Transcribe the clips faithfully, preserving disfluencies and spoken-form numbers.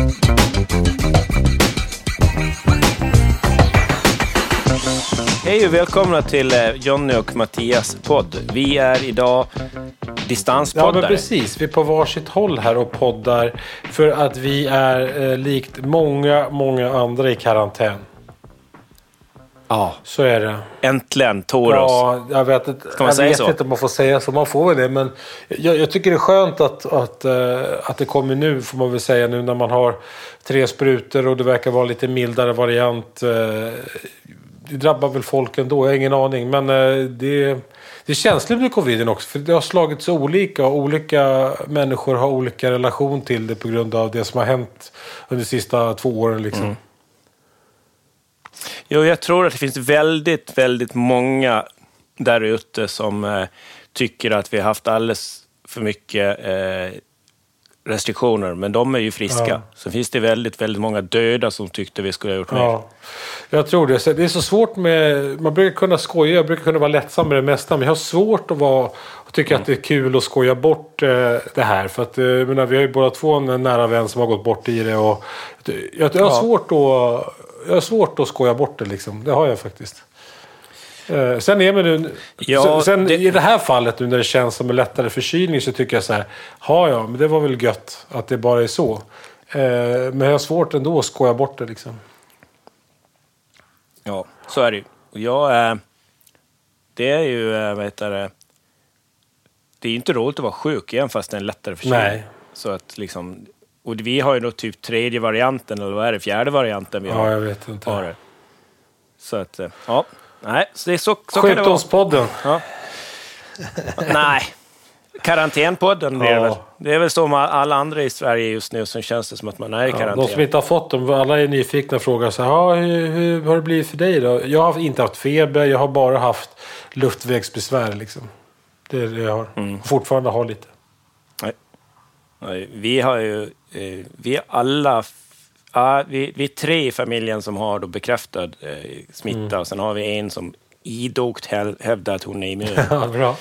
Hej och välkomna till Johnny och Mattias podd. Vi är idag distanspoddare. Ja, men precis. Vi är på varsitt håll här och poddar för att vi är eh, likt många, många andra i karantän. Ja, så är det. Äntligen tog oss. Ja, jag vet, inte, Ska man jag säga vet så? inte om man får säga så. Man får väl det, men jag, jag tycker det är skönt att, att, uh, att det kommer nu, får man väl säga, nu när man har tre sprutor och det verkar vara lite mildare variant. Uh, det drabbar väl folk ändå, jag har ingen aning. Men uh, det, det är känsligt med coviden också, för det har slagit så olika och olika människor har olika relation till det på grund av det som har hänt under de sista två åren liksom. Mm. Jo, jag tror att det finns väldigt, väldigt många där ute som eh, tycker att vi har haft alldeles för mycket eh, restriktioner, men de är ju friska. Ja. Så finns det väldigt, väldigt många döda som tyckte vi skulle ha gjort mer. Ja, jag tror det. Det är så svårt med, man brukar kunna skoja, jag brukar kunna vara lättsam med det mesta, men jag har svårt att vara, och tycka mm. att det är kul att skoja bort eh, det här. För att, eh, menar, vi har ju båda två en nära vän som har gått bort i det, och jag, jag har ja. svårt att Jag har svårt att skoja bort det liksom. Det har jag faktiskt. Eh, sen är man nu, ja, sen det... i det här fallet nu när det känns som en lättare förkylning, så tycker jag så här, ja ja, men det var väl gött att det bara är så. Eh, men jag har svårt ändå att skoja bort det liksom. Ja, så är det ju. Jag, eh, det är ju, eh, vad heter det, det är ju inte roligt att vara sjuk igen fast det är en lättare förkylning. Nej. Så att liksom, och vi har ju då typ tredje varianten, eller vad är det, fjärde varianten vi har. Ja, jag vet inte. Har. Så att, ja. Nej, så det är så, så Sjukdomspodden. Ja. Nej, karantänpodden blir det väl. Det är väl så med alla andra i Sverige just nu, som känns det som att man är i karantän. Ja, de som inte har fått dem, alla är nyfikna och frågar så här, ja, hur, hur har det blivit för dig då? Jag har inte haft feber, jag har bara haft luftvägsbesvär liksom. Det är det jag har. Mm. Fortfarande har lite. Nej. Vi har ju, vi är alla, ja, vi, vi är tre i familjen som har då bekräftad eh, smitta, mm. och sen har vi en som idogt hävdar att hon är immun. Ja, bra.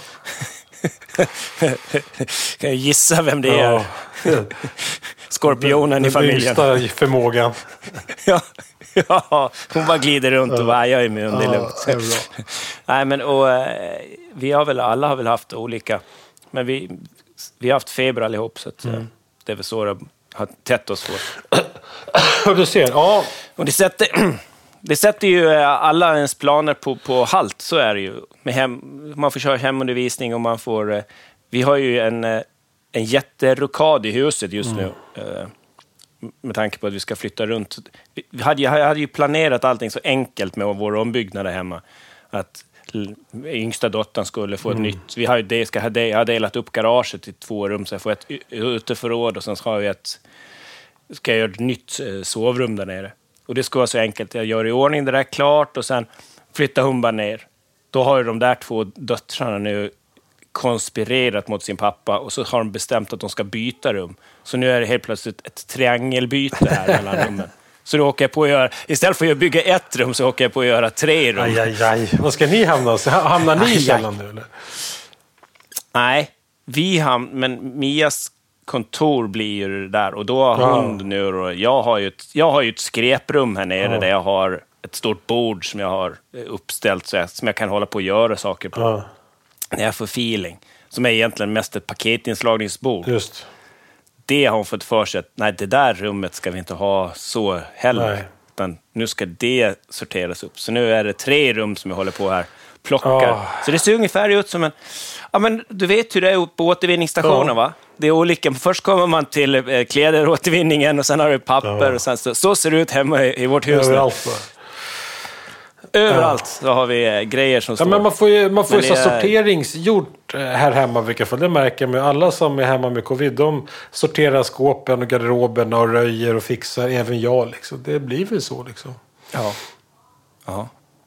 Kan jag gissa vem det är? Ja. Skorpionen den, den i familjen. Den yngsta förmågan. Ja, ja, hon bara glider runt och bara, jag är immun, det är lugnt. Ja, det är bra. Nej, men och, vi har väl, alla har väl haft olika, men vi, vi har haft feber allihop, så att, mm. det är väl så det har tätt oss för. Du ser, ja. Och det sätter, det sätter ju alla ens planer på, på halt, så är det ju. Med hem, man får köra hemundervisning och man får... Vi har ju en, en jätterokad i huset just mm. nu. Med tanke på att vi ska flytta runt. Vi hade, jag hade ju planerat allting så enkelt med vår ombyggnad där hemma. Att yngsta dottern skulle få ett mm. nytt. Vi har ju det, ska ha det, jag har delat upp garaget i två rum, så jag får ett uteförråd och sen har vi ett, ska jag göra ett nytt sovrum där nere. Och det ska vara så enkelt. Jag gör i ordning det där klart och sen flyttar hon bara ner. Då har ju de där två döttrarna nu konspirerat mot sin pappa, och så har de bestämt att de ska byta rum. Så nu är det helt plötsligt ett triangelbyte här mellan rummen. Så då åker jag på att göra, istället för att bygga ett rum så åker jag på att göra tre rum. Aj, aj, aj. Vad ska ni hamna? Hamnar ni i källaren nu eller? Nej, vi ham- men Mias kontor blir ju där, och då har hon ja. nu, och jag har ju ett, jag har ju ett skräprum här nere ja. där jag har ett stort bord som jag har uppställt så jag, som jag kan hålla på och göra saker på. Ja. När jag får feeling, som är egentligen mest ett paketinslagningsbord. Just. Det har hon fått för sig att nej, det där rummet ska vi inte ha så heller. Nej. Utan nu ska det sorteras upp. Så nu är det tre rum som jag håller på här. Plockar. Oh. Så det ser ungefär ut som en... Ja, men du vet hur det är på återvinningsstationen, oh. va? Det är olika. Först kommer man till eh, kläderåtervinningen och sen har du papper. Oh. Och sen så, så ser det ut hemma i, i vårt hus. Överallt. Överallt så har vi eh, grejer som ja, står. Men man får ju, man får ju så är... sorteringsgjort här hemma i vilka fall. Det märker man. Alla som är hemma med covid, de sorterar skåpen och garderoben och röjer och fixar. Även jag liksom. Det blir väl så liksom. Ja. Ja.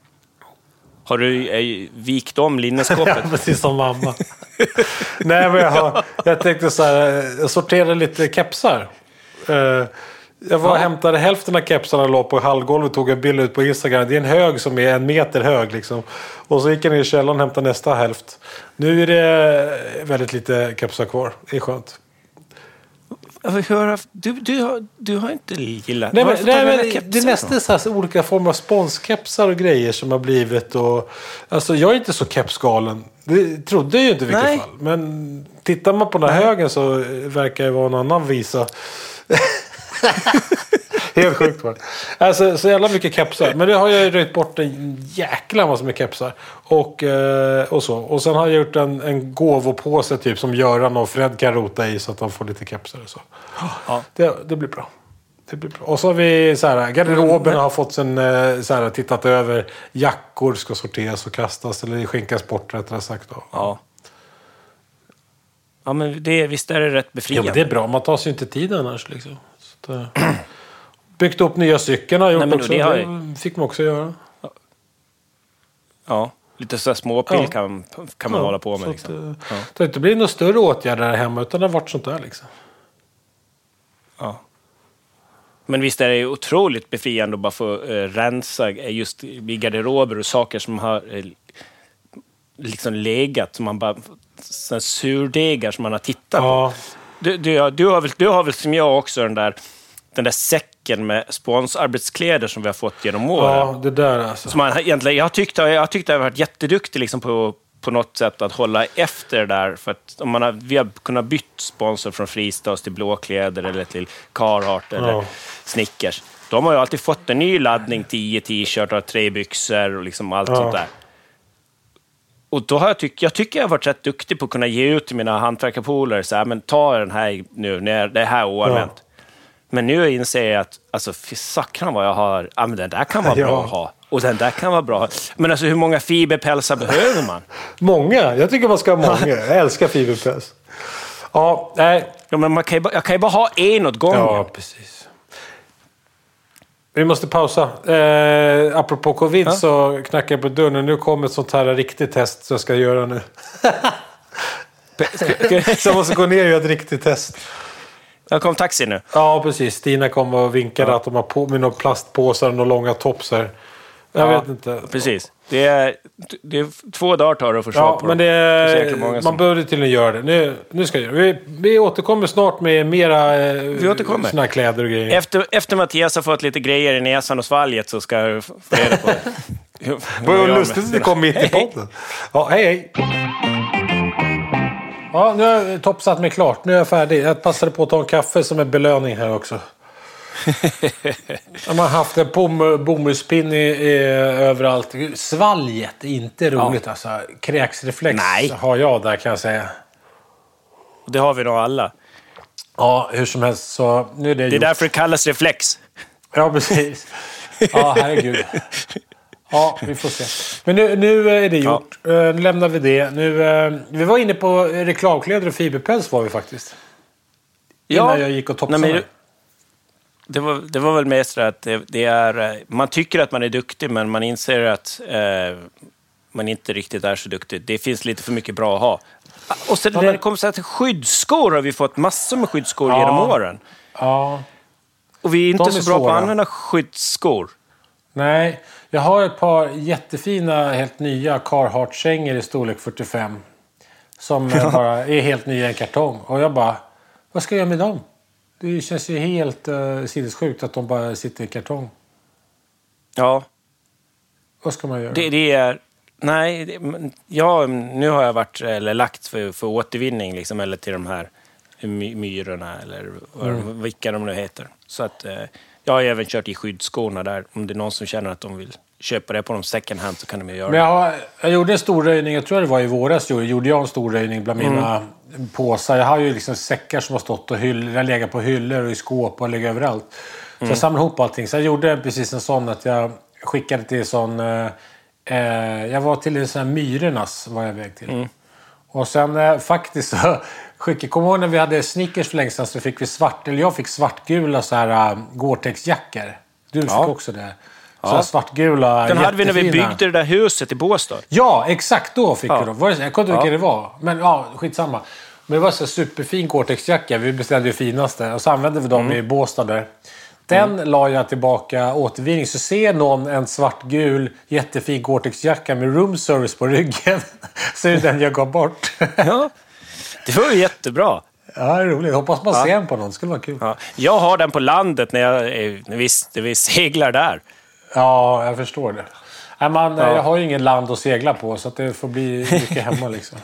Har du eh, vikt om linneskåpet? Ja, precis som mamma. Nej, men jag, har, jag tänkte så här, jag sorterade lite kepsar. Uh, jag var och ja. hämtade hälften av kepsarna och låg på hallgolvet och tog en bild ut på Instagram. Det är en hög som är en meter hög liksom. Och så gick jag ner i källaren och hämtade nästa hälft. Nu är det väldigt lite kepsar kvar. Det är skönt. Hör, du, du, har, du har inte gillat... Nej, men, nej, men, det är nästan så här, olika former av sponskepsar och grejer som har blivit. Och, alltså, jag är inte så kepsgalen. Det trodde jag ju inte i vilket nej. fall. Men tittar man på den här högen så verkar det vara en annan visa. Helt sjukt var det. Alltså, så jävla mycket kepsar. Men det har jag ju röjt bort en jäkla massa med kepsar. Och, och så. Och sen har jag gjort en, en gåvopåse typ som Göran och Fred kan rota i så att de får lite kepsar och så. Ja. Det, det blir bra. Det blir bra. Och så har vi så här, garderoben har fått en så här, tittat över. Jackor ska sorteras och kastas eller skänkas bort rättare sagt då. Ja. Ja, men det, visst är det rätt befriande. Ja, men det är bra. Man tar sig inte tid annars liksom. Så att, byggt upp nya cykeln har gjort. Nej, också. Det, har ju... det fick man också göra. Ja, ja lite så småpill ja. kan, kan man ja, hålla på med. Liksom. Att, ja. Det har inte blivit några större åtgärder där hemma utan det har varit sånt där liksom. Ja. Men visst är det otroligt befriande att bara få uh, rensa just i garderober och saker som har uh, liksom legat. Som man bara, såna surdegar som man har tittat ja. på. Du, du, du, har väl, du har väl som jag också den där, den där säcken med sponsarbetskläder som vi har fått genom åren. Ja, det där alltså. Som man egentligen, jag tyckte jag tyckte jag har varit jätteduktig liksom på, på något sätt att hålla efter det där. För att om man har, vi har kunnat byta sponsor från Fristads till Blåkläder eller till Carhartt eller ja. Snickers. De har ju alltid fått en ny laddning, tio t-shirtar, tre byxor och liksom allt ja. sånt där. Och då har jag tyckt, jag tycker jag har varit rätt duktig på att kunna ge ut till mina hantverkarpolare så här, men ta den här nu, när det här oanvänt. Ja. Men nu inser jag att, alltså, fy sakran vad jag har, ja men den där kan vara ja. bra att ha. Och den där kan vara bra. Men alltså hur många fiberpälsar behöver man? Många, jag tycker man ska ha många. Jag älskar fiberpäls. Ja, nej. Ja, men man kan ju, jag kan ju bara ha en åt gången. Ja, precis. Vi måste pausa. Eh, apropå covid ja. så knackar jag på dörren. Nu kommer ett sånt här riktigt test som jag ska göra nu. Så jag måste gå ner och göra ett riktigt test. Jag kom taxi nu. Ja, precis. Stina kom och vinkade ja. att de har på med några plastpåsar och några långa topsar. Jag ja, vet inte. Precis. Det är, det är två dagar tar det att få ja, på men det är, man som... började till att göra det. Nu, nu ska jag göra det. Vi, vi återkommer snart med mera vi återkommer. såna här kläder och grejer. Efter, efter Mattias har fått lite grejer i näsan och svalget så ska jag få reda på det. Vad lustigt att det kom mitt i podden. Ja, hej hej. Ja, nu har jag topsat mig klart. Nu är jag färdig. Jag passade på att ta en kaffe som är belöning här också. Man har haft en bom, bomullspinn i, i, överallt. Svalget är inte roligt. Ja. Alltså. Kräksreflex Nej. har jag där kan jag säga. Det har vi nog alla. Ja, hur som helst. Så nu är det det är gjort. därför det kallas reflex. Ja, precis. Ja, herregud. Ja, vi får se. Men nu, nu är det gjort. Ja. Nu lämnar vi det. Nu, vi var inne på reklamkläder och fiberpäls var vi faktiskt. Ja. Innan jag gick och topsade. Nej, men det, var, det var väl mest att det, det är... Man tycker att man är duktig, men man inser att eh, man inte riktigt är så duktig. Det finns lite för mycket bra att ha. Och sen ja, men... när det kommer så att skyddsskor har vi fått massor med skyddsskor ja. genom åren. Ja. Och vi är inte De så är bra svåra. på att använda skyddsskor. Nej, jag har ett par jättefina, helt nya Carhartt-kängor i storlek fyrtiofem. Som bara är helt nya i en kartong. Och jag bara, vad ska jag göra med dem? Det känns ju helt uh, sinnessjukt att de bara sitter i kartong. Ja. Vad ska man göra? Det, det är... Nej, det, ja, nu har jag varit, eller lagt för, för återvinning liksom, eller till de här my, myrorna eller mm. vilka de nu heter. Så att... Eh, jag har även kört i skyddsskorna där. Om det är någon som känner att de vill köpa det på någon second hand så kan de ju göra det. Men jag, har, jag gjorde en stor röjning, jag tror det var i våras, jag gjorde jag en stor röjning bland mina mm. påsar. Jag har ju liksom säckar som har stått och hyll, jag lägger på hyllor och i skåp och lägger överallt. Så mm. jag samlade ihop allting. Så jag gjorde precis en sån att jag skickade till sån... Eh, jag var till en sån här Myrornas var jag väg till. Mm. Och sen eh, faktiskt så... Skicka, kom ihåg när vi hade Snickers för längst så fick vi svart, eller jag fick svartgula så här uh, Gore-Tex-jackor. Du fick ja. också det. Så ja. svartgula, den hade vi när vi byggde det där huset i Båstad. Ja, exakt då fick ja. vi då. Var det, jag kunde inte ja. vilka det var. Men ja, skitsamma. Men det var så superfin Gore-Tex-jacka. Vi beställde ju finaste. Och så använde vi dem mm. i Båstad där. Den mm. la jag tillbaka återvinning. Så ser någon en svartgul jättefin Gore-Tex-jacka med room service på ryggen. Så är det den jag gav bort. Ja. Det var ju jättebra. Ja, det är roligt. Hoppas man ja. ser den på någon. Det skulle vara kul. Ja. Jag har den på landet när, jag, när, vi, när vi seglar där. Ja, jag förstår det. Nej, man, ja. Jag har ju ingen land att segla på, så att det får bli mycket hemma liksom.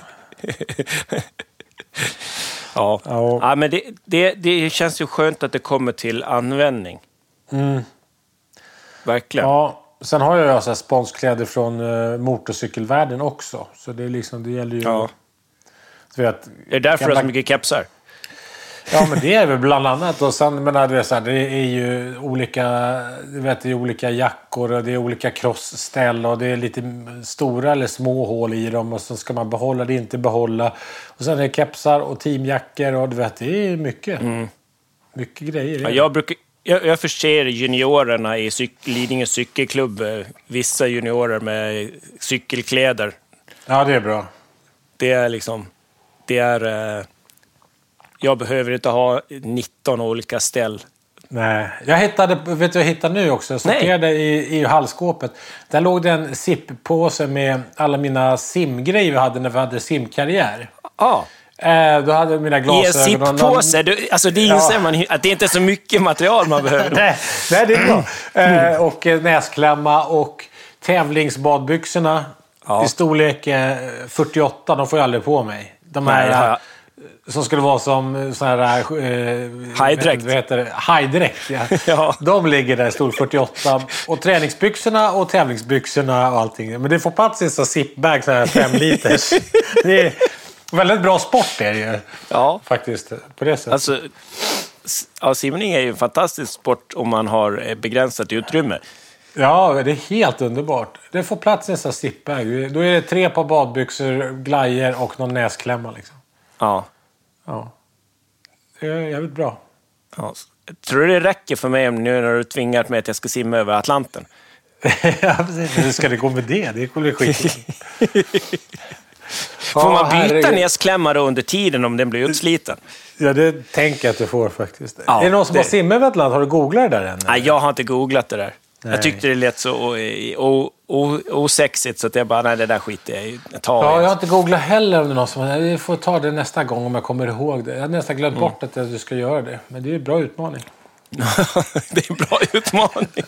ja. Ja. Ja, men det, det, det känns ju skönt att det kommer till användning. Mm. Verkligen. Ja. Sen har jag ju så här sponskläder från uh, motorcykelvärlden också. Så det är liksom, det gäller ju... Ja. Du vet, det är därför du har så mycket kepsar. Ja, men det är väl bland annat. Och sen, men det är så här, det är ju olika, du vet, det är olika jackor och det är olika crossställ och det är lite stora eller små hål i dem och så ska man behålla det, inte behålla. Och sen är det kepsar och teamjackor och du vet, det är mycket. Mm. Mycket grejer. Ja, jag brukar... Jag, jag förser juniorerna i cyk- Lidingö cykelklubb, vissa juniorer med cykelkläder. Ja, det är bra. Det är liksom, det är, eh, jag behöver inte ha nitton olika ställ. Nej, jag hittade, vet du jag hittade nu också? Jag sorterade i, i halsskåpet. Där låg det en zippåse med alla mina simgrejer vi hade när vi hade simkarriär. Ja. Ah. Eh, då hade mina glasögon... I en zippåse? Någon... Alltså det inser ja. man att det inte är så mycket material man behöver. nej, nej, det är bra. Eh, och näsklämma och tävlingsbadbyxorna ja. i storlek eh, fyrtioåtta. De får jag aldrig på mig. De här nej, ja. som skulle vara som sån här... Eh, Hajdräkt. Vad heter det? Hajdräkt, ja. ja. De ligger där i storlek fyrtioåtta. Och träningsbyxorna och tävlingsbyxorna och allting. Men det får plats i en sån zipbag, så här fem liters. Det är... Väldigt bra sport är det ju. Ja. Faktiskt, på det sättet. Alltså, ja, simning är ju en fantastisk sport om man har begränsat utrymme. Ja, det är helt underbart. Det får plats i en sån zipbag. Då är det tre par badbyxor, glajer och någon näsklämma liksom. Ja. Ja. Det är jävligt bra. Ja. Tror du det räcker för mig nu när du tvingat mig att jag ska simma över Atlanten? Ja, precis. Hur ska det gå med det? Det kommer bli skit. Får man byta näsklämmar under tiden om den blir utsliten? Ja, det tänker jag att du får faktiskt. Ja, är det någon som det... har simmat över Atlanten? Har du googlat det där än? Nej, jag har inte googlat det där. Nej. Jag tyckte det lät så osexigt så att jag bara, nej, det där skiter jag i. Ja, jag har inte googlat heller om det är någon som... Jag får ta det nästa gång om jag kommer ihåg det. Jag har nästan glömt mm. bort att du ska göra det. Men det är en bra utmaning. Det är en bra utmaning.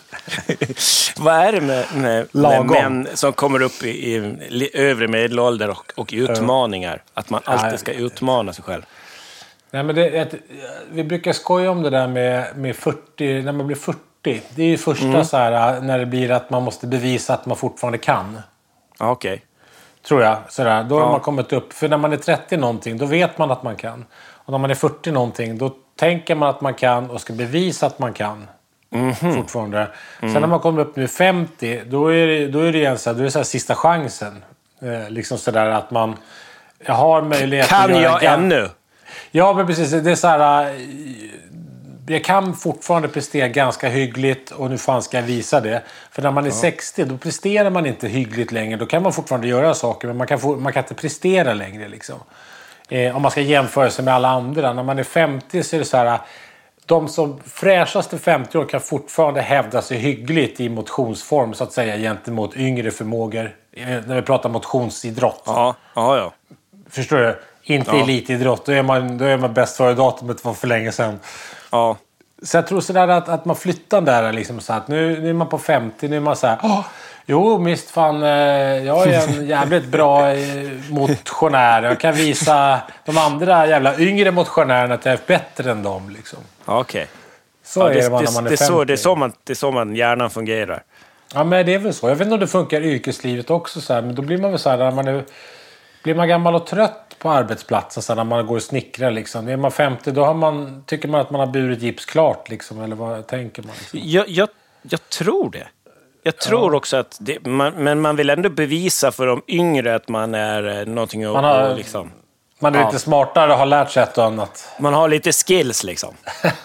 Vad är det med, med, med män som kommer upp i, i övre medelålder och, och utmaningar? Att man alltid ska utmana sig själv. Nej, men det, ett, vi brukar skoja om det där med, med fyrtio, när man blir fyrtio. Det är ju första mm. så här, när det blir att man måste bevisa att man fortfarande kan. Ja, okej. Okay. Tror jag. Sådär. Då ja. har man kommit upp. För när man är trettio någonting, då vet man att man kan. Och när man är fyrtio någonting, då tänker man att man kan och ska bevisa att man kan. Mm-hmm. Fortfarande. Mm. Sen när man kommer upp nu femtio, då är det, då är det igen så här, då är det så här sista chansen. Eh, liksom sådär att man jag har möjlighet kan att göra... Kan jag ännu? Ja, men precis. Det är så här... Jag kan fortfarande prestera ganska hyggligt och nu fan ska jag visa det. För när man är ja. sextio, då presterar man inte hyggligt längre. Då kan man fortfarande göra saker, men man kan, få, man kan inte prestera längre liksom. Eh, om man ska jämföra sig med alla andra. När man är femtio så är det så här... De som fräschaste femtio år kan fortfarande hävda sig hyggligt i motionsform så att säga gentemot yngre förmågor. När vi pratar motionsidrott. Ja, ja, ja. Förstår du? Inte ja. elitidrott. Då är man, då är man bäst före datumet för, för länge sedan. Ja. Så jag tror sådär att, att man flyttar där liksom så att nu, nu är man på femtio. Nu är man så här... Oh, jo, visst fan. Jag är en jävligt bra motionär. Jag kan visa de andra jävla yngre motionärerna att jag är bättre än dem liksom. Okej. Okay. Så ja, är det, det, man när man är det, femtio. Så, det, är så man, det är så man hjärnan fungerar. Ja, men det är väl så. Jag vet inte om det funkar i yrkeslivet också så här, men då blir man väl så här när man är, blir man gammal och trött på arbetsplatsen så här, när man går och snickrar liksom. Är man femtio då har man, tycker man att man har burit gips klart liksom, eller vad tänker man liksom? Jag, jag, jag tror det. Jag tror ja. också att det, man, men man vill ändå bevisa för de yngre att man är någonting man har, och, liksom. Man är ja. lite smartare och har lärt sig ett och annat. Man har lite skills liksom.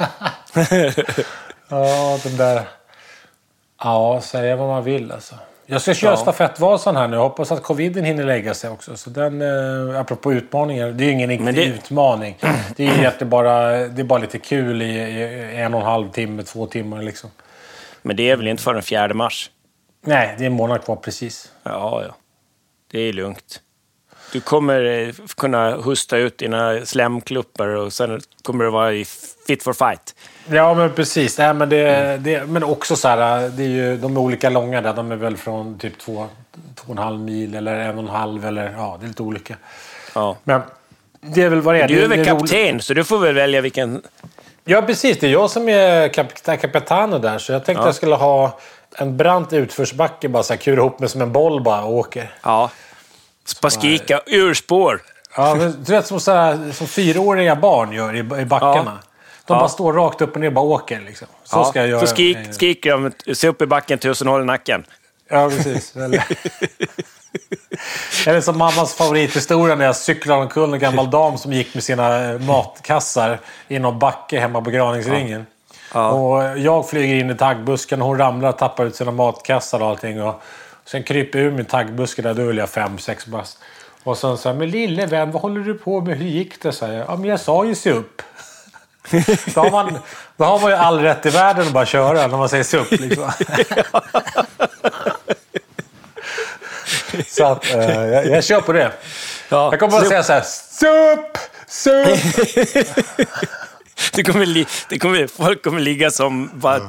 Ja, den där. Ja, säga vad man vill alltså. Jag ska köra ja. stafettvasan här nu. Jag hoppas att coviden hinner lägga sig också. Så den, eh, apropå utmaningar, det är ju ingen riktig det... utmaning. Det är ju egentligen bara, det är bara lite kul i, i en och en halv timme, två timmar liksom. Men det är väl inte för den fjärde mars? Nej, det är en månad kvar precis. Ja, ja. Det är lugnt. Du kommer kunna husta ut dina slemkluppar och sen kommer du vara i fit for fight. Ja, men precis. Nej, men, det, det, men också så här, det är ju, de är olika långa där. De är väl från typ två, två och en halv mil eller en och en halv eller ja, det är lite olika. Ja. Men det är väl vad det är. Du är det, väl det är kapten, roligt. så du får väl välja vilken... Ja, precis. Det är jag som är kap- kapitano där. Så jag tänkte Ja. att jag skulle ha en brant utförsbacke, bara så här, kura ihop mig som en boll bara och åker. Ja. Spaskika ur spår. Ja, men, du vet som, så här, som fyraåriga barn gör i, i backarna. Ja. De Ja. bara står rakt upp och ner och bara åker. Liksom. Så Ja. ska jag göra. Så skrik, skriker de, se upp i backen, tusen håll i nacken. Ja, precis. Eller, eller som mammas favorithistoria när jag cyklade omkull en gammal dam som gick med sina matkassar i någon backe hemma på Graningsringen. Ja. Och jag flyger in i taggbusken och hon ramlar och tappar ut sina matkassar och allting. Och sen kryper ur min taggbuske där, då är jag fem, sex bast. Och sen sa men lille vän, vad håller du på med? Hur gick det? Så jag, ja, men jag sa ju se upp. Då har, man, då har man ju all rätt i världen att bara köra när man säger se upp. Liksom. Så att, eh, jag, jag kör på det. Ja. Jag kommer bara Så- säga så här, se upp! Se upp! Det kommer, li- det kommer, folk kommer ligga som bara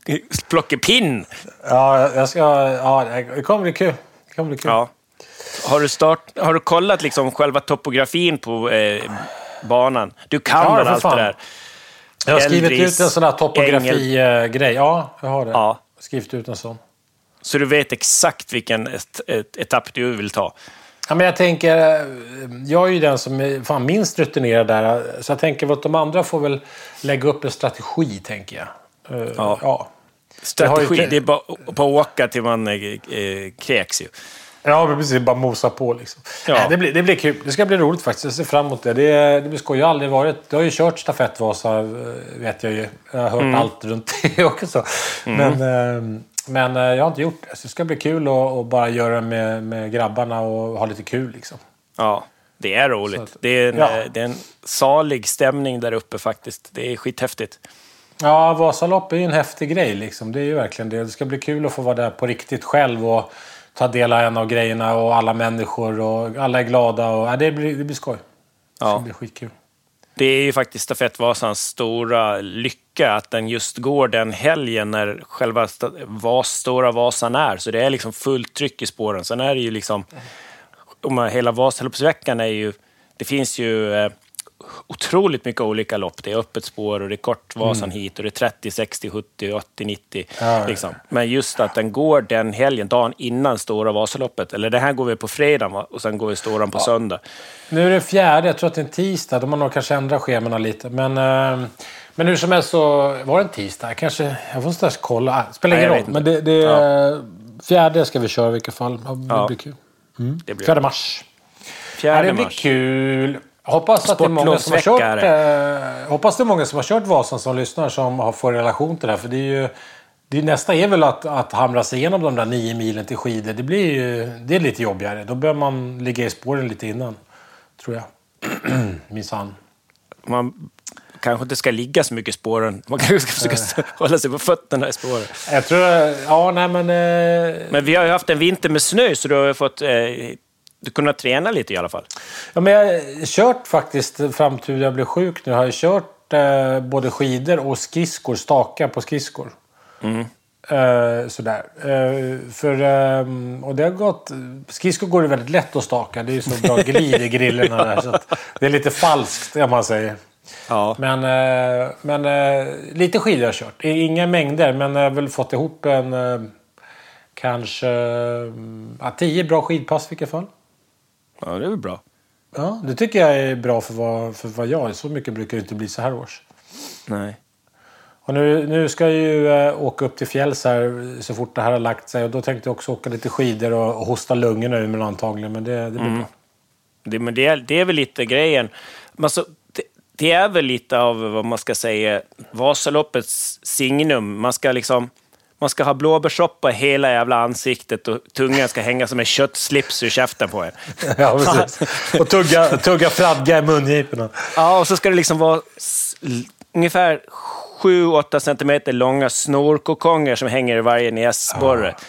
plockepinn. Ja, jag ska, ja, det kommer bli kul. Det kommer bli kul. Ja. Har du, start, har du kollat liksom själva topografin på eh, banan? Du kan Ja, väl för allt fan. det där? Jag har skrivit Eldris, ut en sån här topografi-grej. Ja, jag har det. Ja. Jag har skrivit ut en sån. Så du vet exakt vilken et, et, etapp du vill ta? Ja, men jag tänker, jag är ju den som är fan minst rutinerad där. Så jag tänker att de andra får väl lägga upp en strategi, tänker jag. Uh, Ja. ja. Strategi, Det har ju- det är bara att åka till man eh, eh, kräks ju. Ja, men precis. Bara mosa på liksom. Ja. Nej, det, blir, det blir kul. Det ska bli roligt faktiskt. Jag ser fram emot det. Det, det blir skoj. Jag har aldrig varit... Jag har ju kört stafettvasa, vet jag ju. Jag har hört Mm. allt runt det också. Men, eh, men eh, jag har inte gjort det. Så det ska bli kul att, att bara göra det med, med grabbarna och ha lite kul liksom. Ja, det är roligt. att- det, är en, ja. eh, det är en salig stämning där uppe faktiskt. Det är skithäftigt. Ja, Vasalopp är ju en häftig grej liksom. Det är ju verkligen det. Det ska bli kul att få vara där på riktigt själv och ta del av en av grejerna och alla människor och alla är glada. Och, ja, det, blir, det blir skoj. Det Ja. blir skitkul. Det är ju faktiskt stafettvasans stora lycka att den just går den helgen när själva sta- vas, stora Vasan är. Så det är liksom fullt tryck i spåren. Sen är det ju liksom... Om man, hela Vasaloppsveckan är ju... Det finns ju eh, otroligt mycket olika lopp. Det är öppet spår och det är kort Vasan hit och det är trettio, sextio, sjuttio, åttio, nittio. Ja. Liksom. Men just att den går den helgen, dagen innan stora Vasaloppet. Eller det här går vi på fredag va? Och sen går vi stora på söndag. Nu är det fjärde, jag tror att det är en tisdag. De har nog kanske ändrat scheman lite. Men, eh, men hur som helst så var det en tisdag. Kanske, jag får inte ens kolla. Spelar Nej, ingen jag roll. vet Men det, det Ja. fjärde ska vi köra i vilket fall. Det Ja. blir kul. Det blir Fjärde mars. Ja, fjärde det blir mars. kul. Hoppas att det är många som har Sportlovsvecka kört... Eh, hoppas det är många som har kört Vasan som lyssnar som har fått relation till det här. För det är ju... Det är, nästa är väl att, att hamra sig igenom de där nio milen till skidor. Det blir ju... Det är lite jobbigare. Då bör man ligga i spåren lite innan. Tror jag. Minsann. Man kanske inte ska ligga så mycket i spåren. Man kanske ska försöka stå- hålla sig på fötterna i spåren. Jag tror... Ja, nej men... Eh, Men vi har ju haft en vinter med snö så du har ju fått eh, du kunnat träna lite i alla fall. ja, men jag har kört faktiskt fram till jag blev sjuk nu. Har jag kört eh, både skidor och skridskor. Staka på skridskor. Mm. Eh, sådär. Eh, för, eh, och det har gått... Skridskor går det väldigt lätt att staka. Det är ju så bra glid i grillorna där. Så att det är lite falskt, om man säger. Ja. Men, eh, men eh, lite skidor har jag kört. Inga mängder, men jag har väl fått ihop en... Eh, kanske... Ja, tio bra skidpass i vilket fall. Ja, det är väl bra. Ja, det tycker jag är bra för vad, för vad jag är. Så mycket brukar det inte bli så här års. Nej. Och nu, nu ska jag ju äh, åka upp till fjälls här så fort det här har lagt sig. Och då tänkte jag också åka lite skidor och, och hosta lungorna ur mig antagligen. Men det, det blir Mm. bra. Det, men det, är, det är väl lite grejen. Men alltså, det, det är väl lite av vad man ska säga Vasaloppets signum. Man ska liksom man ska ha blåbärssoppa i hela jävla ansiktet och tungan ska hänga som en köttslips ur käften på en. Ja, precis. Och tugga, tugga fradga i mungiporna. Ja, och så ska det liksom vara s- l- ungefär sju åtta centimeter långa snorkokonger som hänger i varje näsborre.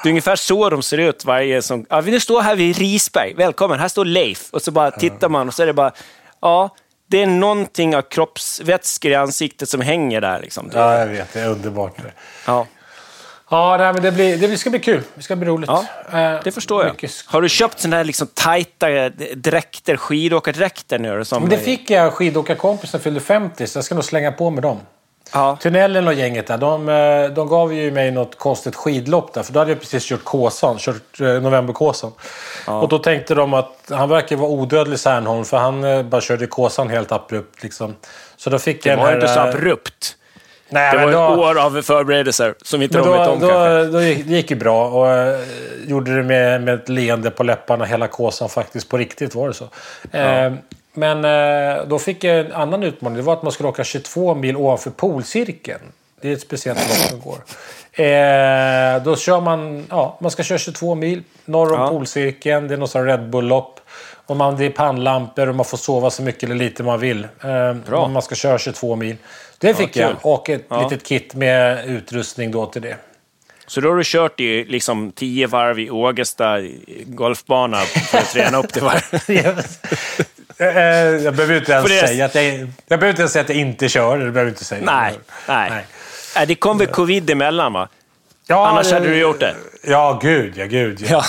Det är ungefär så de ser ut varje som... Ja, vi står här vid Risberg. Välkommen, här står Leif. Och så bara tittar man och så är det bara... Ja, det är någonting av kroppsvätskor i ansiktet som hänger där. Liksom. Det, ja, jag vet. Det är underbart. Ja. Ja, nej, men det, blir, det ska bli kul. Det ska bli roligt. Ja, det förstår jag. Mycket... Har du köpt såna här liksom tajta dräkter, skidåkardräkter nu? Som... Men det fick jag skidåkarkompisen fyllde femtio, så jag ska nog slänga på med dem. Ja. Tunnelen och gänget där, de, de gav ju mig något konstigt skidlopp där. För då hade jag precis kört Kåsan, kört Novemberkåsan. Ja. Och då tänkte de att han verkar vara odödlig Särnholm, för han bara körde Kåsan helt abrupt liksom. Så då fick det jag var här, inte så abrupt. Nej, det var då, ett år av förberedelser som inte de vet om då, kanske. Då gick, det gick ju bra och uh, gjorde det med, med ett leende på läpparna hela Kåsan faktiskt. På riktigt var det så. Ja. Uh, men uh, då fick jag en annan utmaning. Det var att man skulle åka tjugotvå mil ovanför polcirkeln. Det är ett speciellt lopp som går. Uh, då kör man... Ja, man ska köra tjugotvå mil norr om ja. polcirkeln. Det är något sån Red Bull-lopp. Och man, det är pannlampor och man får sova så mycket eller lite man vill. Uh, man ska köra tjugotvå mil. Det fick ja, jag. Och ett ja. litet kit med utrustning då till det. Så då har du kört i liksom tio varv i Ågesta golfbana för att träna upp det varv? jag behöver inte ens det... säga att jag, jag behöver inte ens säga att jag inte kör. Det behöver inte säga. Nej, nej. nej. Det kom väl covid emellan, va? Ja, annars det... hade du gjort det. Ja, gud, ja, gud. Ja.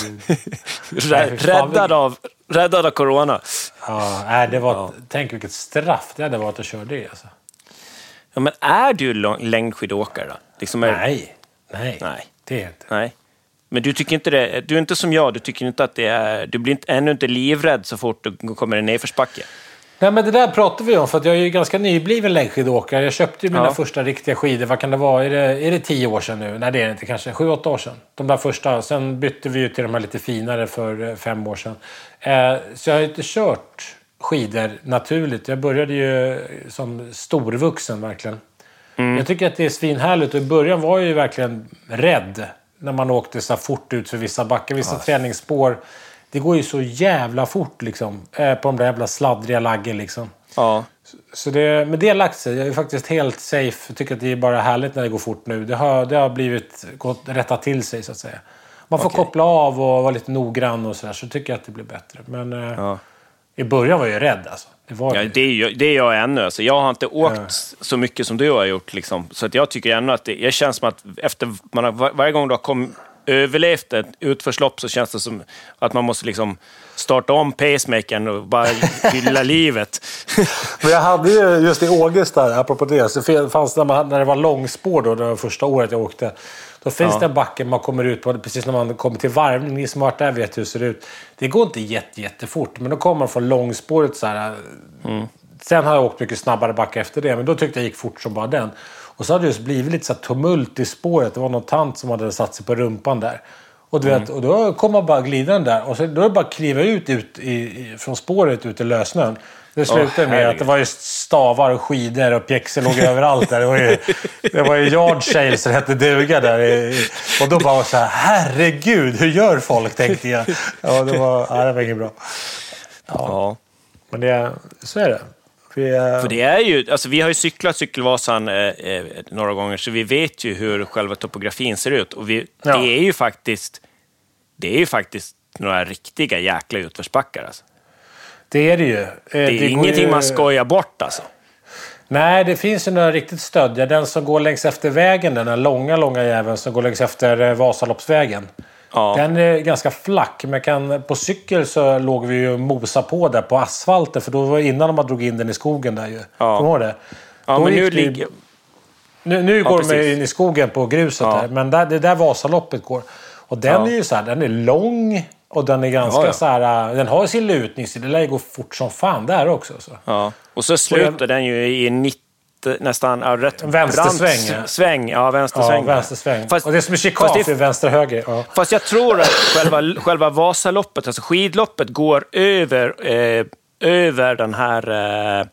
Ja. räddad, av, räddad av corona. Ja, nej, det var... Ja. Tänk vilket straff det hade varit att köra det, alltså. Ja, men är du längdskidåkare då? Liksom är... Nej, nej, nej, det är inte. Nej. Men du tycker inte det, du är inte som jag, du tycker inte att det är, du blir inte, ännu inte livrädd så fort du kommer en nedförsbacke. Nej, men det där pratar vi om, för att jag är ju ganska nybliven längdskidåkare. Jag köpte ju mina ja. första riktiga skidor, vad kan det vara? Är det, är det tio år sedan nu? Nej, det är det inte, kanske sju, åtta år sedan. De där första, sen bytte vi ju till de här lite finare för fem år sedan. Eh, så jag har ju inte kört skidor naturligt. Jag började ju som storvuxen verkligen. Mm. Jag tycker att det är svinhärligt och i början var jag ju verkligen rädd när man åkte så fort ut för vissa backar, vissa ja. träningsspår. Det går ju så jävla fort liksom på de där jävla sladdriga laggen liksom. Ja. Så det, men det har lagt sig. Jag är faktiskt helt safe. Jag tycker att det är bara härligt när det går fort nu. Det har, det har blivit gått, rättat till sig så att säga. Man får okay. koppla av och vara lite noggrann och sådär, så tycker jag att det blir bättre. Men ja. i början var jag ju rädd alltså. Det, var ja, det, är jag, det är jag ännu. Alltså, jag har inte åkt ja. så mycket som du har gjort. Liksom. Så att jag tycker ännu att det jag känns som att efter, man har, var, varje gång du har kom, överlevt ett utförslopp så känns det som att man måste liksom starta om pacemakern och bara hylla livet. Men jag hade ju just i Ågesta, apropå det, så fanns det när det var långspår då, det var första året jag åkte. Då finns ja. det en backe man kommer ut på, precis när man kommer till varvning. Ni som har varit där vet hur det ser ut. Det går inte jätte, jättefort, men då kommer man från långspåret så här. Mm. Sen har jag åkt mycket snabbare backe efter det, men då tyckte jag gick fort som bara den. Och så hade det just blivit lite så här tumult i spåret. Det var någon tant som hade satt sig på rumpan där. Och, du mm. vet, och då kom man bara glidande där. Och så, då är det bara att kliva ut, ut i, i, från spåret ut i lösnön. Det slutade oh, med att det var just stavar och skidor och pjäxor låg överallt där. Det var ju, det var ju yard sale som hette duga där. Och då bara så här, herregud, hur gör folk, tänkte jag. Ja, det var, ja, det var inget bra. Ja. ja. Men det, så är det. Vi, uh... För det är ju, alltså vi har ju cyklat Cykelvasan eh, eh, några gånger, så vi vet ju hur själva topografin ser ut. Och vi, ja. det är ju faktiskt det är ju faktiskt några riktiga jäkla utförsbackar alltså. Det är det ju. Det är det ingenting ju... man skojar bort alltså. Nej, det finns ju några riktigt stödja. Den som går längs efter vägen, den här långa, långa jäveln som går längs efter Vasaloppsvägen. Ja. Den är ganska flack, men kan, på cykel så låg vi ju mosa på där på asfalten, för då var det innan de drog in den i skogen där ju. Ja. Kommer du ihåg det? Ja, då men nu det, ligger... Nu, nu ja, går de in i skogen på gruset ja. där, men där, det där Vasaloppet går. Och den ja. är ju så här, den är lång och den är ganska ja, ja. så här, den har sin lutning, så det lär gå fort som fan där också. Så. Ja, och så slutar jag... den ju i nittio nästan ja, rätt vänstersväng. Brant sväng, ja, vänstersväng. Ja, vänstersväng. Fast, och det är som är chikaf i vänster höger. Ja. Fast jag tror att själva, själva Vasaloppet, alltså skidloppet, går över, eh, över den här eh,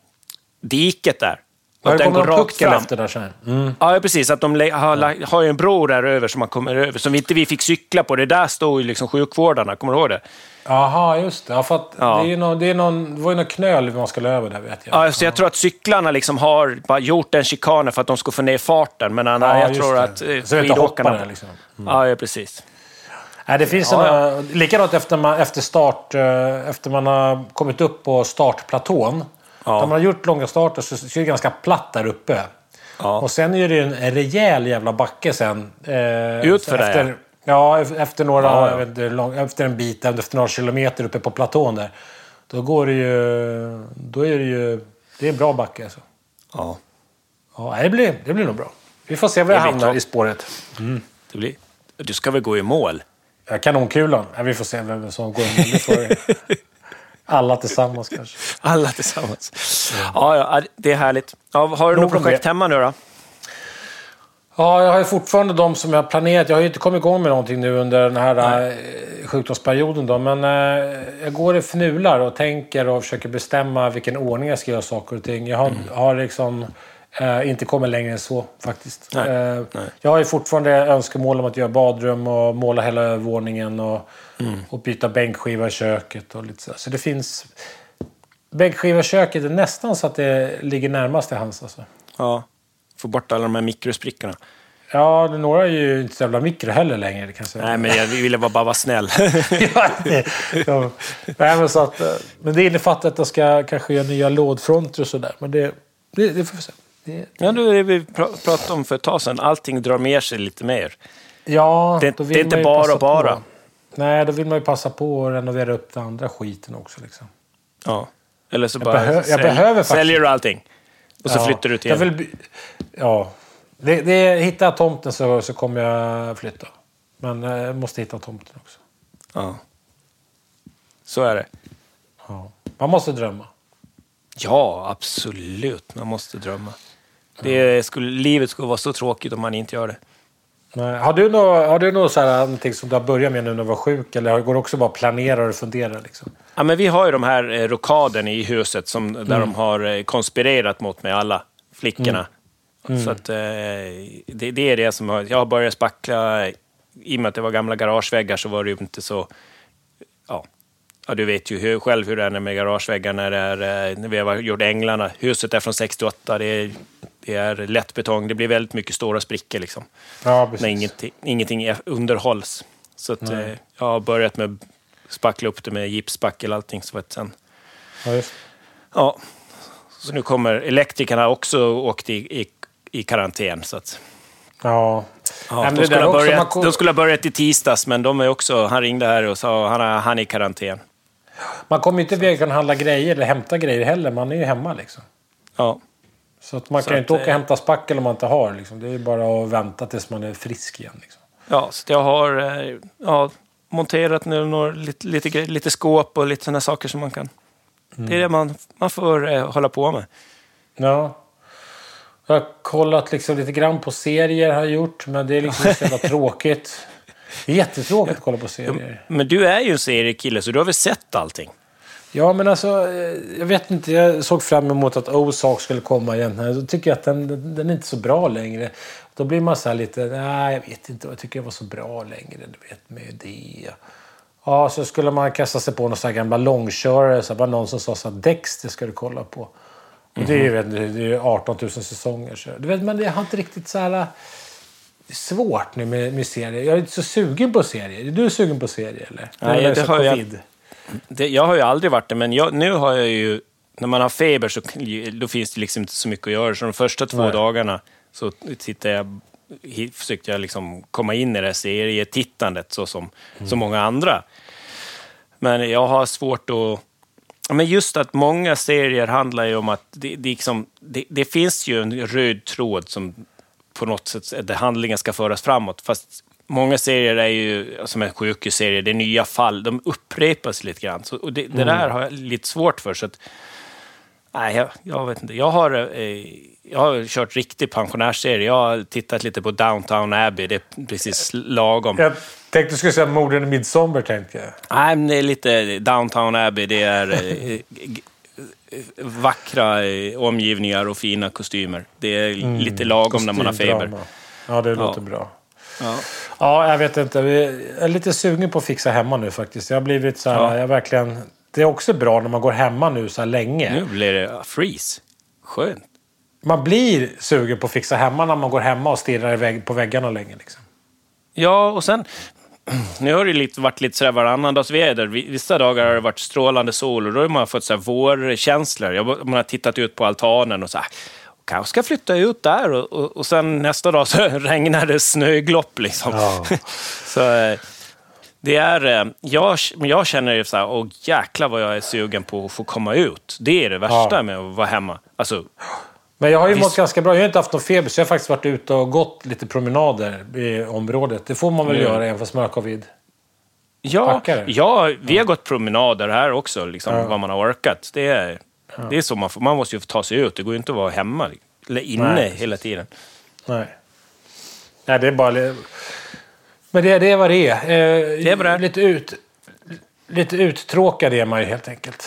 diket där. Och den går rakt fram. Efter där sen. Mm. Ja, precis. Att de har, har en bro där över som man kommer över. Som inte vi fick cykla på. Det där står ju liksom sjukvårdarna. Kommer du ihåg det? Jaha, just det. Ja, för att ja. det, är någon, det, är någon, det var ju någon knöl man skulle över där, vet jag. Ja, så jag tror att cyklarna liksom har bara gjort en chikaner för att de ska få ner farten. Men Anna, ja, jag tror det. att skidåkarna... Liksom. Mm. Ja, ja, precis. Nej, det finns ja, en, ja. Likadant efter, man, efter start, efter man har kommit upp på startplatån. Ja. När man har gjort långa starter så, så är det ganska platt där uppe. Ja. Och sen är det en, en rejäl jävla backe sen. Eh, Ut för efter, det, ja. ja, efter några, ja, ja. Jag vet inte, lång, efter en bit, efter några kilometer uppe på platån där. Då går det ju, då är det ju, det är en bra backe alltså. Ja. Ja, det blir, det blir nog bra. Vi får se var jag hamnar i spåret. Mm. Det blir, du ska väl gå i mål? Ja, kanonkulan. Ja, vi får se vem som går i mål. Får alla tillsammans kanske. Alla tillsammans. Ja, ja, det är härligt. Ja, har du något projekt hemma nu då? Ja, jag har ju fortfarande de som jag har planerat. Jag har ju inte kommit igång med någonting nu under den här Nej. sjukdomsperioden då. Men eh, jag går i fnular och tänker och försöker bestämma vilken ordning jag ska göra saker och ting. Jag har, mm. har liksom eh, inte kommit längre än så faktiskt. Nej. Eh, Nej. Jag har ju fortfarande önskemål om att göra badrum och måla hela övervåningen och, mm. och byta bänkskiva i köket och lite så. Så det finns... Bänkskiva i köket är nästan så att det ligger närmast till hands alltså. Ja. Få bort alla de här mikrosprickorna. Ja, några är ju inte så jävla mikro heller längre. Det kan jag säga. Nej, men jag ville bara vara snäll. ja, det, ja. Nej, men, så att, men det innefattar att jag ska kanske göra nya lådfronter och sådär. Men det, det, det får vi se. Det, det. Ja, nu är vi pratade om för ett tag sedan. Allting drar med sig lite mer. Ja, det, det är inte bara och bara. På. Nej, då vill man ju passa på att renovera upp den andra skiten också. Liksom. Ja, eller så jag bara behö- sälj, jag behöver faktiskt... säljer du allting. Och så ja, flyttar du till igen. Vill... Ja, det, det, hittar jag tomten så, så kommer jag flytta. Men jag måste hitta tomten också. Ja, så är det. Ja. Man måste drömma. Ja, absolut. Man måste drömma. Det skulle, livet skulle vara så tråkigt om man inte gör det. Nej. Har du något, har du något så här, någonting som du har börjat med nu när du var sjuk? Eller går det också bara att planera och fundera? Liksom? Ja, men vi har ju de här eh, rokaden i huset som, där mm. de har eh, konspirerat mot mig, alla flickorna. Mm. Mm. Så att, eh, det, det är det som har... Jag har börjat spackla. I och med att det var gamla garageväggar så var det ju inte så... Ja, ja du vet ju hur, själv hur det är med garageväggar när, det är, när vi har gjort Änglarna. Huset är från sextioåtta. Det är, det är lätt betong. Det blir väldigt mycket stora sprickor liksom. Ja, precis. När ingenting, ingenting underhålls. Så att, eh, jag har börjat med spackla upp det med gipsspackel och allting. Så att sen... Ja, just. Ja, så nu kommer elektrikerna också åkt i, i, i karantän. Så att, ja. Ja, de, skulle ha börjat, man... de skulle ha börjat i tisdags, men de är också, han ringde här och sa han är, han är i karantän. Man kommer inte iväg och handla grejer eller hämta grejer heller. Man är ju hemma liksom. Ja. Så att man så kan ju inte åka och hämta spackel om man inte har. Liksom. Det är ju bara att vänta tills man är frisk igen. Liksom. Ja, så jag har ja, monterat nu några, lite, lite, lite skåp och lite sådana saker som man kan. Mm. Det är det man, man får eh, hålla på med. Ja. Jag har kollat liksom lite grann på serier har jag gjort. Men det är liksom så jävla tråkigt. Det är jättetråkigt att kolla på serier. Men du är ju en seriekille så du har väl sett allting? Ja, men alltså, jag vet inte, jag såg fram emot att Ozark skulle komma igen. Då tycker jag att den, den är inte så bra längre. Då blir man så här lite, nej jag vet inte, jag tycker det var så bra längre, du vet, med det. Ja, så skulle man kasta sig på några så här gamla långkörare, så var någon som sa så att Dexter ska du kolla på. Och det är ju mm-hmm. det är arton tusen säsonger. Så. Du vet, men det har inte riktigt så här... Det är svårt nu med, med serier. Jag är inte så sugen på serier. Är du sugen på serier, eller? Nej, det, det har jag... Det, jag har ju aldrig varit det, men jag, nu har jag ju... När man har feber så då finns det liksom inte så mycket att göra. Så de första två Nej. dagarna så tittade jag, försökte jag liksom komma in i det här serietittandet så som mm. så många andra. Men jag har svårt att... Men just att många serier handlar ju om att det, det, liksom, det, det finns ju en röd tråd som på något sätt där handlingen ska föras framåt. Fast många serier är ju som en sjukhusserie, det är nya fall, de upprepas lite grann. Så, och det, det där har jag lite svårt för. Så att, nej, jag, jag vet inte. Jag har, eh, jag har kört riktig pensionärsserie. Jag har tittat lite på Downton Abbey, det är precis lagom. Jag tänkte du skulle säga Morden i Midsommar, tänkte jag. Nej, men det är lite Downton Abbey, det är... Eh, vackra eh, omgivningar och fina kostymer. Det är mm, lite lagom när man har feber. Ja, det låter ja. bra. Ja. ja, jag vet inte. Jag är lite sugen på att fixa hemma nu faktiskt. Jag har blivit så här, ja. jag verkligen... Det är också bra när man går hemma nu så här länge. Nu blir det freeze. Skönt. Man blir sugen på att fixa hemma när man går hemma och stirrar iväg på väggarna länge liksom. Ja, och sen... nu har det lite, varit lite sådär varannandags väder. Vissa dagar har det varit strålande sol och då har man fått så här vårkänslor. Jag, man har tittat ut på altanen och så här, kanske ska flytta ut där och, och, och sen nästa dag så regnar det snöglopp liksom. Ja. Så det är, jag, jag känner ju så här, åh jäklar vad jag är sugen på att få komma ut. Det är det värsta ja. med att vara hemma. Alltså, men jag har ju visst... mått ganska bra. Jag har inte haft någon feber så jag har faktiskt varit ute och gått lite promenader i området. Det får man väl mm. göra även fast man har covid. Ja, ja, vi har gått promenader här också, liksom, ja. vad man har orkat. Det är, ja. det är så man får, man måste ju få ta sig ut. Det går ju inte att vara hemma eller inne Nej. hela tiden. Nej. Nej, det är bara... Men det, det är vad det är. Eh, det är bra. Lite, ut, lite uttråkad är man ju helt enkelt.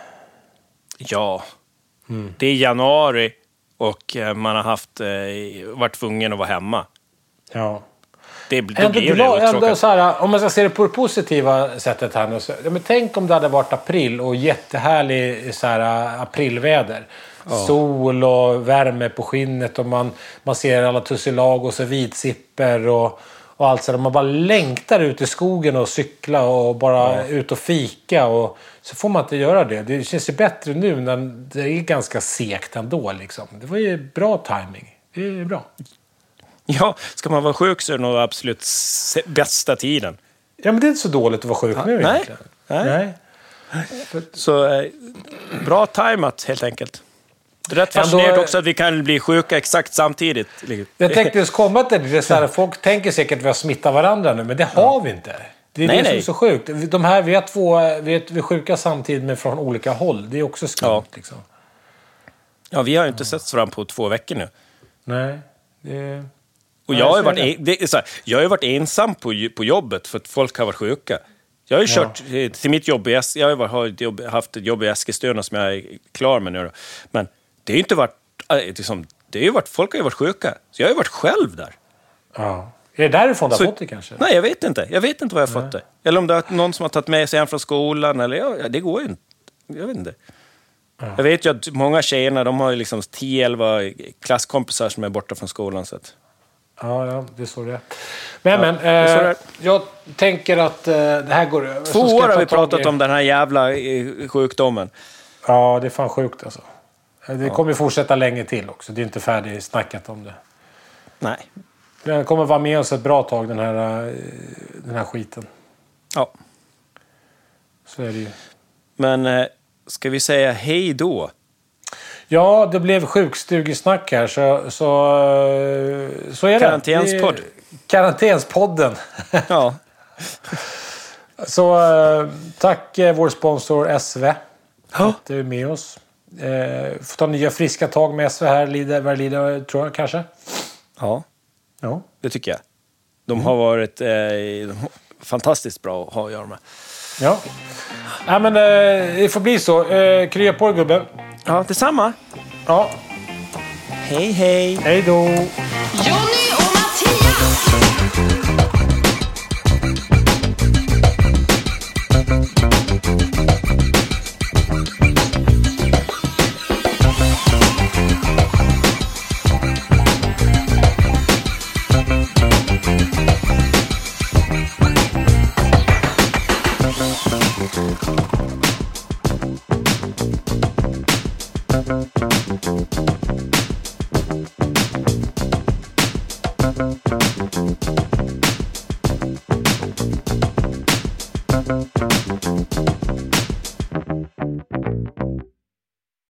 Ja. Mm. Det är januari och man har haft, eh, varit tvungen att vara hemma. Ja. Det, då ändå, blir det ändå så här, om man ska se det på det positiva sättet här nu. Så, ja, men tänk om det hade varit april och jättehärlig så här, aprilväder. Ja. Sol och värme på skinnet och man, man ser alla tussilagos och vitsipper och, och allt så där. Man bara längtar ut i skogen och cykla och bara ja. ut och fika och så får man inte göra det. Det känns ju bättre nu när det är ganska segt ändå liksom. Det var ju bra timing. Det är bra. Ja, ska man vara sjuk så är det nog absolut bästa tiden. Ja, men det är inte så dåligt att vara sjuk ja, nu nej. egentligen. Nej. nej. Så eh, bra tajmat helt enkelt. Det är rätt fascinerande också att vi kan bli sjuka exakt samtidigt. Jag tänkte just komma till det så här, folk tänker säkert att vi har smittat varandra nu, men det har vi inte. Det är nej, det som är så sjukt. De här, vi har två, vi är, vi är sjuka samtidigt men från olika håll. Det är också skumt ja. liksom. Ja, vi har ju inte sett fram på två veckor nu. Nej, det... Och jag har, ju varit, en, det är så här, jag har ju varit ensam på, på jobbet för att folk har varit sjuka. Jag har ju ja. kört till mitt jobb i Jag har haft ett jobb i Eskilstuna som jag är klar med nu. Då. Men det har ju inte varit... Liksom, det har ju varit folk har ju varit sjuka. Så jag har ju varit själv där. Ja. Är det därifrån du har så, fått det kanske? Nej, jag vet inte. Jag vet inte vad jag har fått det. Eller om det är någon som har tagit med sig hem från skolan. Eller, ja, det går ju inte. Jag vet inte. Ja. Jag vet ju att många tjejerna, de har ju liksom tio elva klasskompisar som är borta från skolan. Så att... Ja, ja, det är så det är. Men, ja, men eh, jag tänker att eh, det här går över. Två år har vi pratat i... om den här jävla eh, sjukdomen. Ja, det är fan sjukt alltså. Det ja. kommer ju fortsätta länge till också. Det är inte färdigt snackat om det. Nej. Den kommer vara med oss ett bra tag, den här, den här skiten. Ja. Så är det ju. Men eh, ska vi säga hej då? Ja, det blev sjukstugesnack här, så, så, så är det. Karantänspodd. Karantänspodden. Ja. Så tack vår sponsor S V. Ja. Att du är med oss. Eh, får ta nya friska tag med S V här, lider, vad lider, tror jag kanske. Ja. Ja, det tycker jag. De har varit eh, de har fantastiskt bra att ha att göra med. Ja. Ja, men eh, det får bli så. Eh, krya på dig, gubben. Ja, detsamma. Ja. Hej, hej. Hej då. Johnny och Mattias. Thank you.